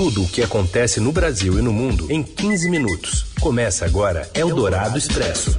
Tudo o que acontece no Brasil e no mundo em 15 minutos. Começa agora Eldorado Expresso.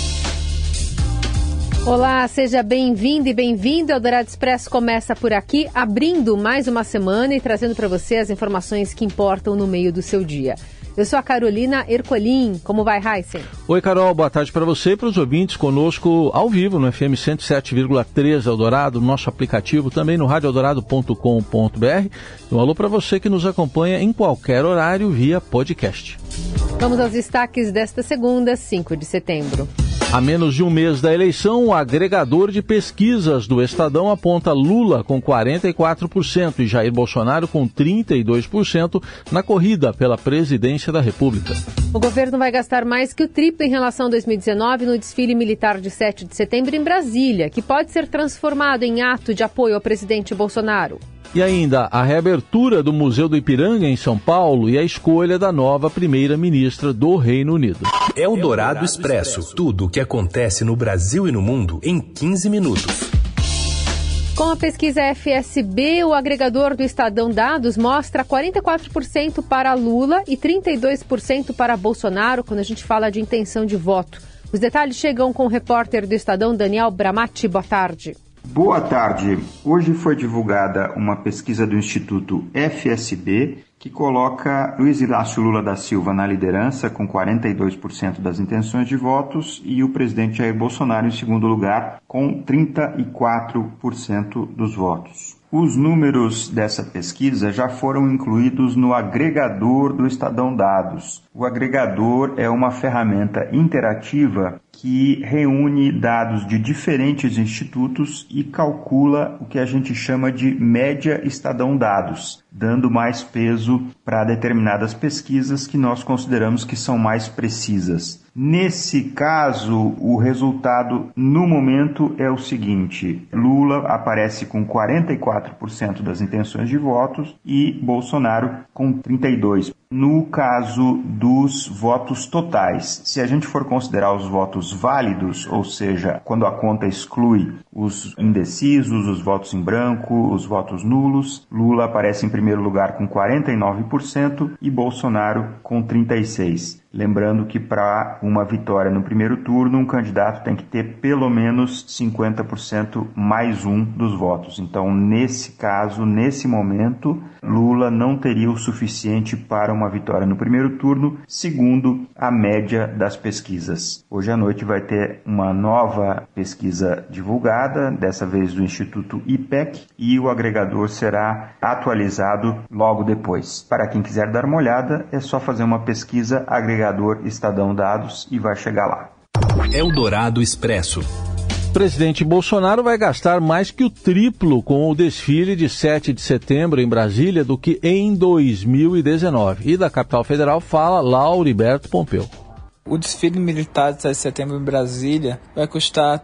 Olá, seja bem-vindo e bem-vindo. Eldorado Expresso começa por aqui, abrindo mais uma semana e trazendo para você as informações que importam no meio do seu dia. Eu sou a Carolina Ercolim. Como vai, Heisen? Oi, Carol. Boa tarde para você e para os ouvintes conosco ao vivo no FM 107,3 Eldorado, no nosso aplicativo, também no radioeldorado.com.br. Um alô para você que nos acompanha em qualquer horário via podcast. Vamos aos destaques desta segunda, 5 de setembro. A menos de um mês da eleição, o agregador de pesquisas do Estadão aponta Lula com 44% e Jair Bolsonaro com 32% na corrida pela presidência da República. O governo vai gastar mais que o triplo em relação a 2019 no desfile militar de 7 de setembro em Brasília, que pode ser transformado em ato de apoio ao presidente Bolsonaro. E ainda a reabertura do Museu do Ipiranga em São Paulo e a escolha da nova primeira-ministra do Reino Unido. Eldorado Expresso. Tudo o que acontece no Brasil e no mundo em 15 minutos. Com a pesquisa FSB, o agregador do Estadão Dados mostra 44% para Lula e 32% para Bolsonaro quando a gente fala de intenção de voto. Os detalhes chegam com o repórter do Estadão, Daniel Bramati. Boa tarde. Boa tarde. Hoje foi divulgada uma pesquisa do Instituto FSB que coloca Luiz Inácio Lula da Silva na liderança com 42% das intenções de votos e o presidente Jair Bolsonaro em segundo lugar com 34% dos votos. Os números dessa pesquisa já foram incluídos no agregador do Estadão Dados. O agregador é uma ferramenta interativa que reúne dados de diferentes institutos e calcula o que a gente chama de média Estadão Dados, dando mais peso para determinadas pesquisas que nós consideramos que são mais precisas. Nesse caso, o resultado no momento é o seguinte: Lula aparece com 44% das intenções de votos e Bolsonaro com 32%. No caso dos votos totais, se a gente for considerar os votos válidos, ou seja, quando a conta exclui os indecisos, os votos em branco, os votos nulos, Lula aparece em primeiro lugar com 49% e Bolsonaro com 36%. Lembrando que para uma vitória no primeiro turno, um candidato tem que ter pelo menos 50% mais um dos votos. Então, nesse caso, nesse momento, Lula não teria o suficiente para uma vitória no primeiro turno, segundo a média das pesquisas. Hoje à noite vai ter uma nova pesquisa divulgada, dessa vez do Instituto IPEC, e o agregador será atualizado logo depois. Para quem quiser dar uma olhada, é só fazer uma pesquisa agregador Estadão Dados e vai chegar lá. Eldorado Expresso. O presidente Bolsonaro vai gastar mais que o triplo com o desfile de 7 de setembro em Brasília do que em 2019. E da capital federal fala Lauriberto Pompeu. O desfile militar de 7 de setembro em Brasília vai custar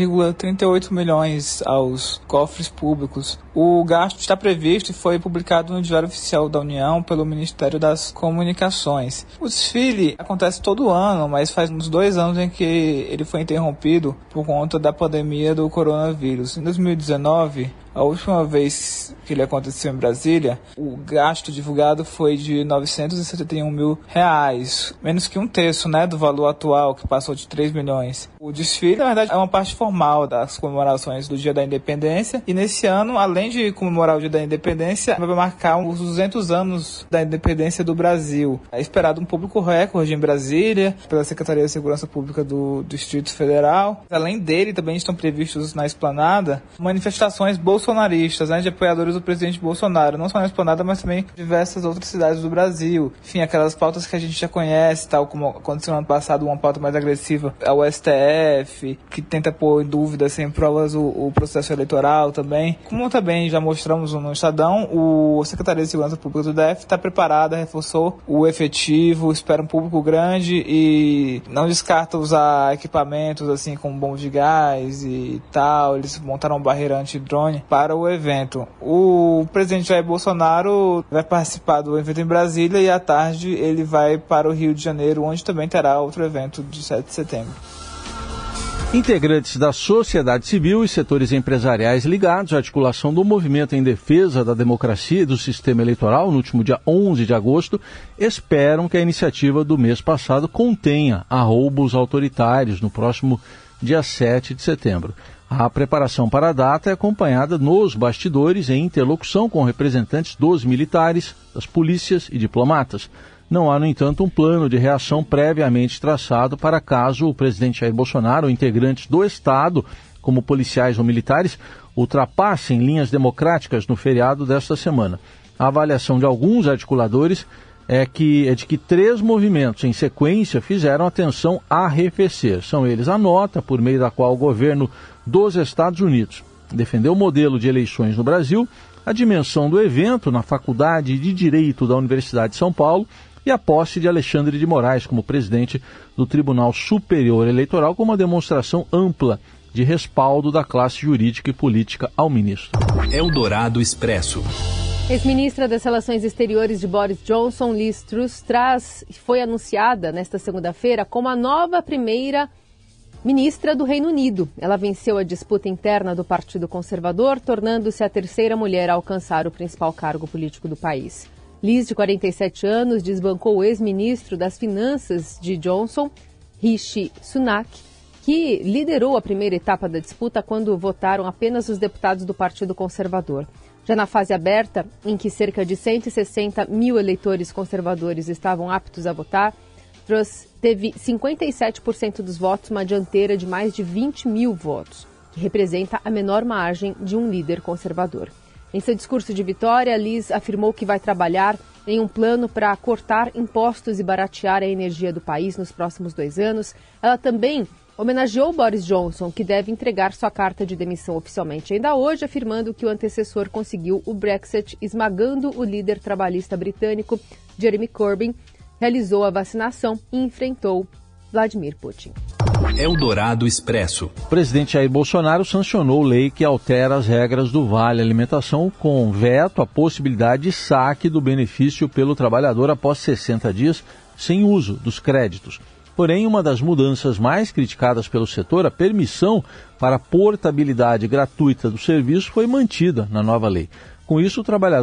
3,38 milhões aos cofres públicos. O gasto está previsto e foi publicado no Diário Oficial da União pelo Ministério das Comunicações. O desfile acontece todo ano, mas faz uns 2 anos em que ele foi interrompido por conta da pandemia do coronavírus. Em 2019, a última vez que ele aconteceu em Brasília, o gasto divulgado foi de R$971 mil, menos que um terço, do valor atual, que passou de 3 milhões. O desfile, na verdade, é uma parte formal das comemorações do Dia da Independência, e nesse ano, além de comemorar o Dia da Independência, vai marcar os 200 anos da independência do Brasil. É esperado um público recorde em Brasília, pela Secretaria de Segurança Pública do Distrito Federal. Além dele, também estão previstos na Esplanada manifestações bolsonaristas, de apoiadores do presidente Bolsonaro, não só na Esplanada, mas também em diversas outras cidades do Brasil. Enfim, aquelas pautas que a gente já conhece, tal como aconteceu no ano passado, uma pauta mais agressiva ao STF, que tenta pôr em dúvida, sem provas, o processo eleitoral também. Como também já mostramos no Estadão, a Secretaria de Segurança Pública do DF está preparada, reforçou o efetivo, espera um público grande e não descarta usar equipamentos assim como bombas de gás e tal. Eles montaram uma barreira anti-drone para o evento. O presidente Jair Bolsonaro vai participar do evento em Brasília e à tarde ele vai para o Rio de Janeiro, onde também terá outro evento de 7 de setembro. Integrantes da sociedade civil e setores empresariais ligados à articulação do movimento em defesa da democracia e do sistema eleitoral no último dia 11 de agosto esperam que a iniciativa do mês passado contenha arroubos autoritários no próximo dia 7 de setembro. A preparação para a data é acompanhada nos bastidores em interlocução com representantes dos militares, das polícias e diplomatas. Não há, no entanto, um plano de reação previamente traçado para caso o presidente Jair Bolsonaro ou integrantes do Estado, como policiais ou militares, ultrapassem linhas democráticas no feriado desta semana. A avaliação de alguns articuladores é de que 3 movimentos em sequência fizeram a tensão arrefecer. São eles a nota por meio da qual o governo dos Estados Unidos defendeu o modelo de eleições no Brasil, a dimensão do evento na Faculdade de Direito da Universidade de São Paulo, e a posse de Alexandre de Moraes como presidente do Tribunal Superior Eleitoral, com uma demonstração ampla de respaldo da classe jurídica e política ao ministro. Eldorado Expresso. Ex-ministra das Relações Exteriores de Boris Johnson, Liz Truss, foi anunciada nesta segunda-feira como a nova primeira-ministra do Reino Unido. Ela venceu a disputa interna do Partido Conservador, tornando-se a terceira mulher a alcançar o principal cargo político do país. Liz, de 47 anos, desbancou o ex-ministro das Finanças de Johnson, Rishi Sunak, que liderou a primeira etapa da disputa quando votaram apenas os deputados do Partido Conservador. Já na fase aberta, em que cerca de 160 mil eleitores conservadores estavam aptos a votar, Truss teve 57% dos votos, uma dianteira de mais de 20 mil votos, que representa a menor margem de um líder conservador. Em seu discurso de vitória, Liz afirmou que vai trabalhar em um plano para cortar impostos e baratear a energia do país nos próximos 2 anos. Ela também homenageou Boris Johnson, que deve entregar sua carta de demissão oficialmente ainda hoje, afirmando que o antecessor conseguiu o Brexit, esmagando o líder trabalhista britânico Jeremy Corbyn, realizou a vacinação e enfrentou Vladimir Putin. Eldorado Expresso. O presidente Jair Bolsonaro sancionou lei que altera as regras do Vale Alimentação, com veto à possibilidade de saque do benefício pelo trabalhador após 60 dias sem uso dos créditos. Porém, uma das mudanças mais criticadas pelo setor, a permissão para a portabilidade gratuita do serviço, foi mantida na nova lei. Com isso,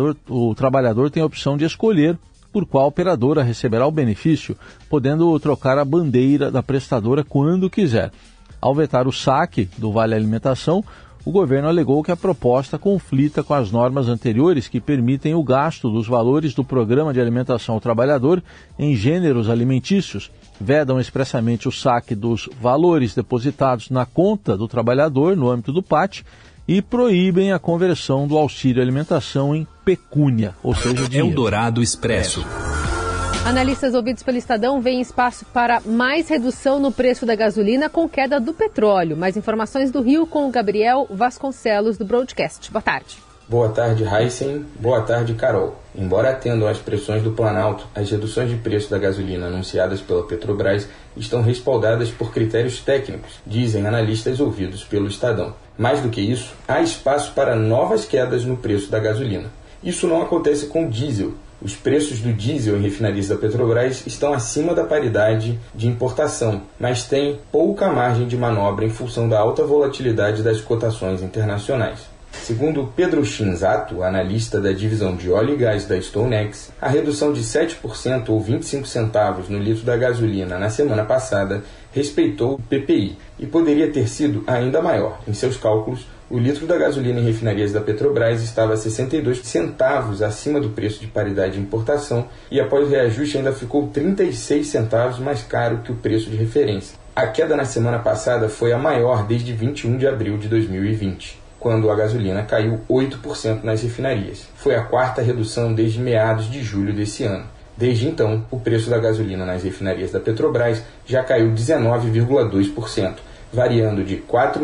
o trabalhador tem a opção de escolher por qual operadora receberá o benefício, podendo trocar a bandeira da prestadora quando quiser. Ao vetar o saque do Vale Alimentação, o governo alegou que a proposta conflita com as normas anteriores que permitem o gasto dos valores do Programa de Alimentação ao Trabalhador em gêneros alimentícios, vedam expressamente o saque dos valores depositados na conta do trabalhador no âmbito do PAT e proíbem a conversão do auxílio alimentação em pecúnia, ou seja, dinheiro. Eldorado Expresso. Analistas ouvidos pelo Estadão veem espaço para mais redução no preço da gasolina com queda do petróleo. Mais informações do Rio com o Gabriel Vasconcelos, do Broadcast. Boa tarde. Boa tarde, Heisen. Boa tarde, Carol. Embora atendam às pressões do Planalto, as reduções de preço da gasolina anunciadas pela Petrobras estão respaldadas por critérios técnicos, dizem analistas ouvidos pelo Estadão. Mais do que isso, há espaço para novas quedas no preço da gasolina. Isso não acontece com o diesel. Os preços do diesel em refinarias da Petrobras estão acima da paridade de importação, mas têm pouca margem de manobra em função da alta volatilidade das cotações internacionais. Segundo Pedro Shinzato, analista da divisão de óleo e gás da StoneX, a redução de 7% ou 25 centavos no litro da gasolina na semana passada respeitou o PPI e poderia ter sido ainda maior. Em seus cálculos, o litro da gasolina em refinarias da Petrobras estava 62 centavos acima do preço de paridade de importação e após o reajuste ainda ficou 36 centavos mais caro que o preço de referência. A queda na semana passada foi a maior desde 21 de abril de 2020. Quando a gasolina caiu 8% nas refinarias. Foi a quarta redução desde meados de julho desse ano. Desde então, o preço da gasolina nas refinarias da Petrobras já caiu 19,2%, variando de R$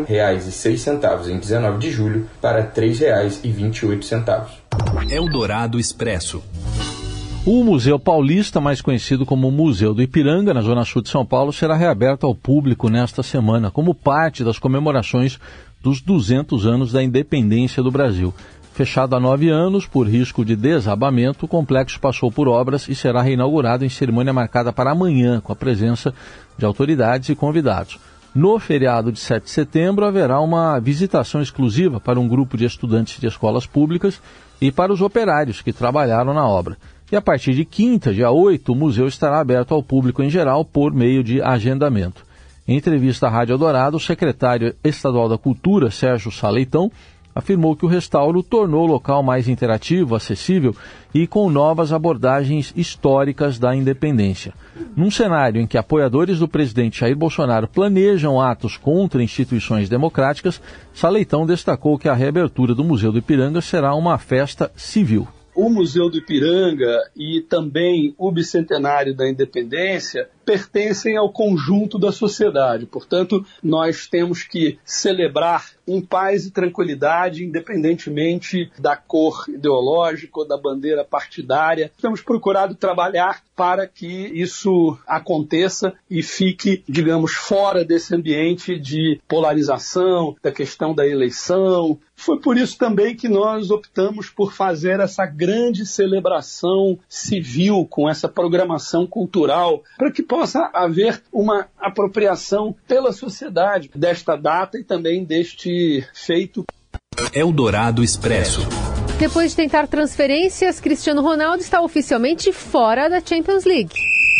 4,06 em 19 de julho para R$ 3,28. Eldorado Expresso. O Museu Paulista, mais conhecido como Museu do Ipiranga, na Zona Sul de São Paulo, será reaberto ao público nesta semana, como parte das comemorações dos 200 anos da independência do Brasil. Fechado há 9 anos, por risco de desabamento, o complexo passou por obras e será reinaugurado em cerimônia marcada para amanhã, com a presença de autoridades e convidados. No feriado de 7 de setembro haverá uma visitação exclusiva para um grupo de estudantes de escolas públicas e para os operários que trabalharam na obra. E a partir de quinta, dia 8, o museu estará aberto ao público em geral por meio de agendamento. Em entrevista à Rádio Eldorado, o secretário estadual da Cultura, Sérgio Saleitão, afirmou que o restauro tornou o local mais interativo, acessível e com novas abordagens históricas da independência. Num cenário em que apoiadores do presidente Jair Bolsonaro planejam atos contra instituições democráticas, Saleitão destacou que a reabertura do Museu do Ipiranga será uma festa civil. O Museu do Ipiranga e também o Bicentenário da Independência pertencem ao conjunto da sociedade. Portanto, nós temos que celebrar em paz e tranquilidade, independentemente da cor ideológica ou da bandeira partidária. Temos procurado trabalhar para que isso aconteça e fique, digamos, fora desse ambiente de polarização, da questão da eleição. Foi por isso também que nós optamos por fazer essa grande celebração civil com essa programação cultural, para que possa haver uma apropriação pela sociedade desta data e também deste feito. Eldorado Expresso. Depois de tentar transferências, Cristiano Ronaldo está oficialmente fora da Champions League.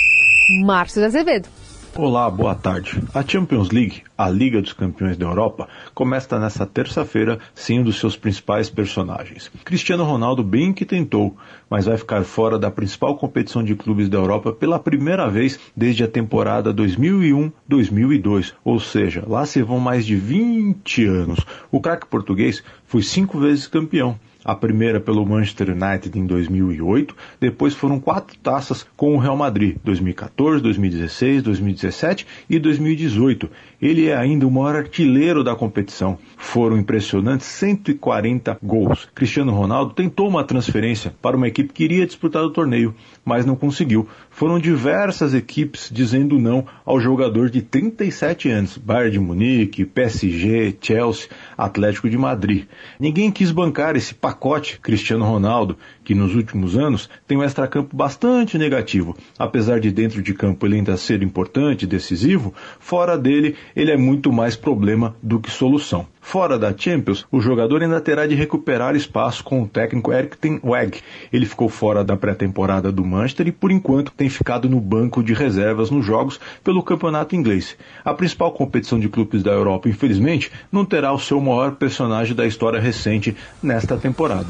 Márcio Azevedo. Olá, boa tarde. A Champions League, a Liga dos Campeões da Europa, começa nesta terça-feira sem um dos seus principais personagens. Cristiano Ronaldo bem que tentou, mas vai ficar fora da principal competição de clubes da Europa pela primeira vez desde a temporada 2001-2002, ou seja, lá se vão mais de 20 anos. O craque português foi 5 vezes campeão. A primeira pelo Manchester United em 2008, depois foram 4 taças com o Real Madrid, 2014, 2016, 2017 e 2018. Ele é ainda o maior artilheiro da competição. Foram impressionantes 140 gols. Cristiano Ronaldo tentou uma transferência para uma equipe que iria disputar o torneio, mas não conseguiu. Foram diversas equipes dizendo não ao jogador de 37 anos. Bayern de Munique, PSG, Chelsea, Atlético de Madrid. Ninguém quis bancar esse pacote Cristiano Ronaldo, que nos últimos anos tem um extracampo bastante negativo. Apesar de dentro de campo ele ainda ser importante e decisivo, fora dele ele é muito mais problema do que solução. Fora da Champions, o jogador ainda terá de recuperar espaço com o técnico Erik ten Hag. Ele ficou fora da pré-temporada do Manchester e, por enquanto, tem ficado no banco de reservas nos jogos pelo campeonato inglês. A principal competição de clubes da Europa, infelizmente, não terá o seu maior personagem da história recente nesta temporada.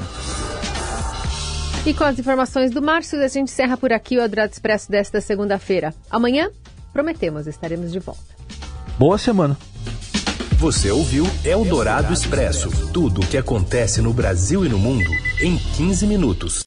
E com as informações do Márcio, a gente encerra por aqui o Eldorado Expresso desta segunda-feira. Amanhã, prometemos, estaremos de volta. Boa semana. Você ouviu Eldorado Expresso. Tudo o que acontece no Brasil e no mundo em 15 minutos.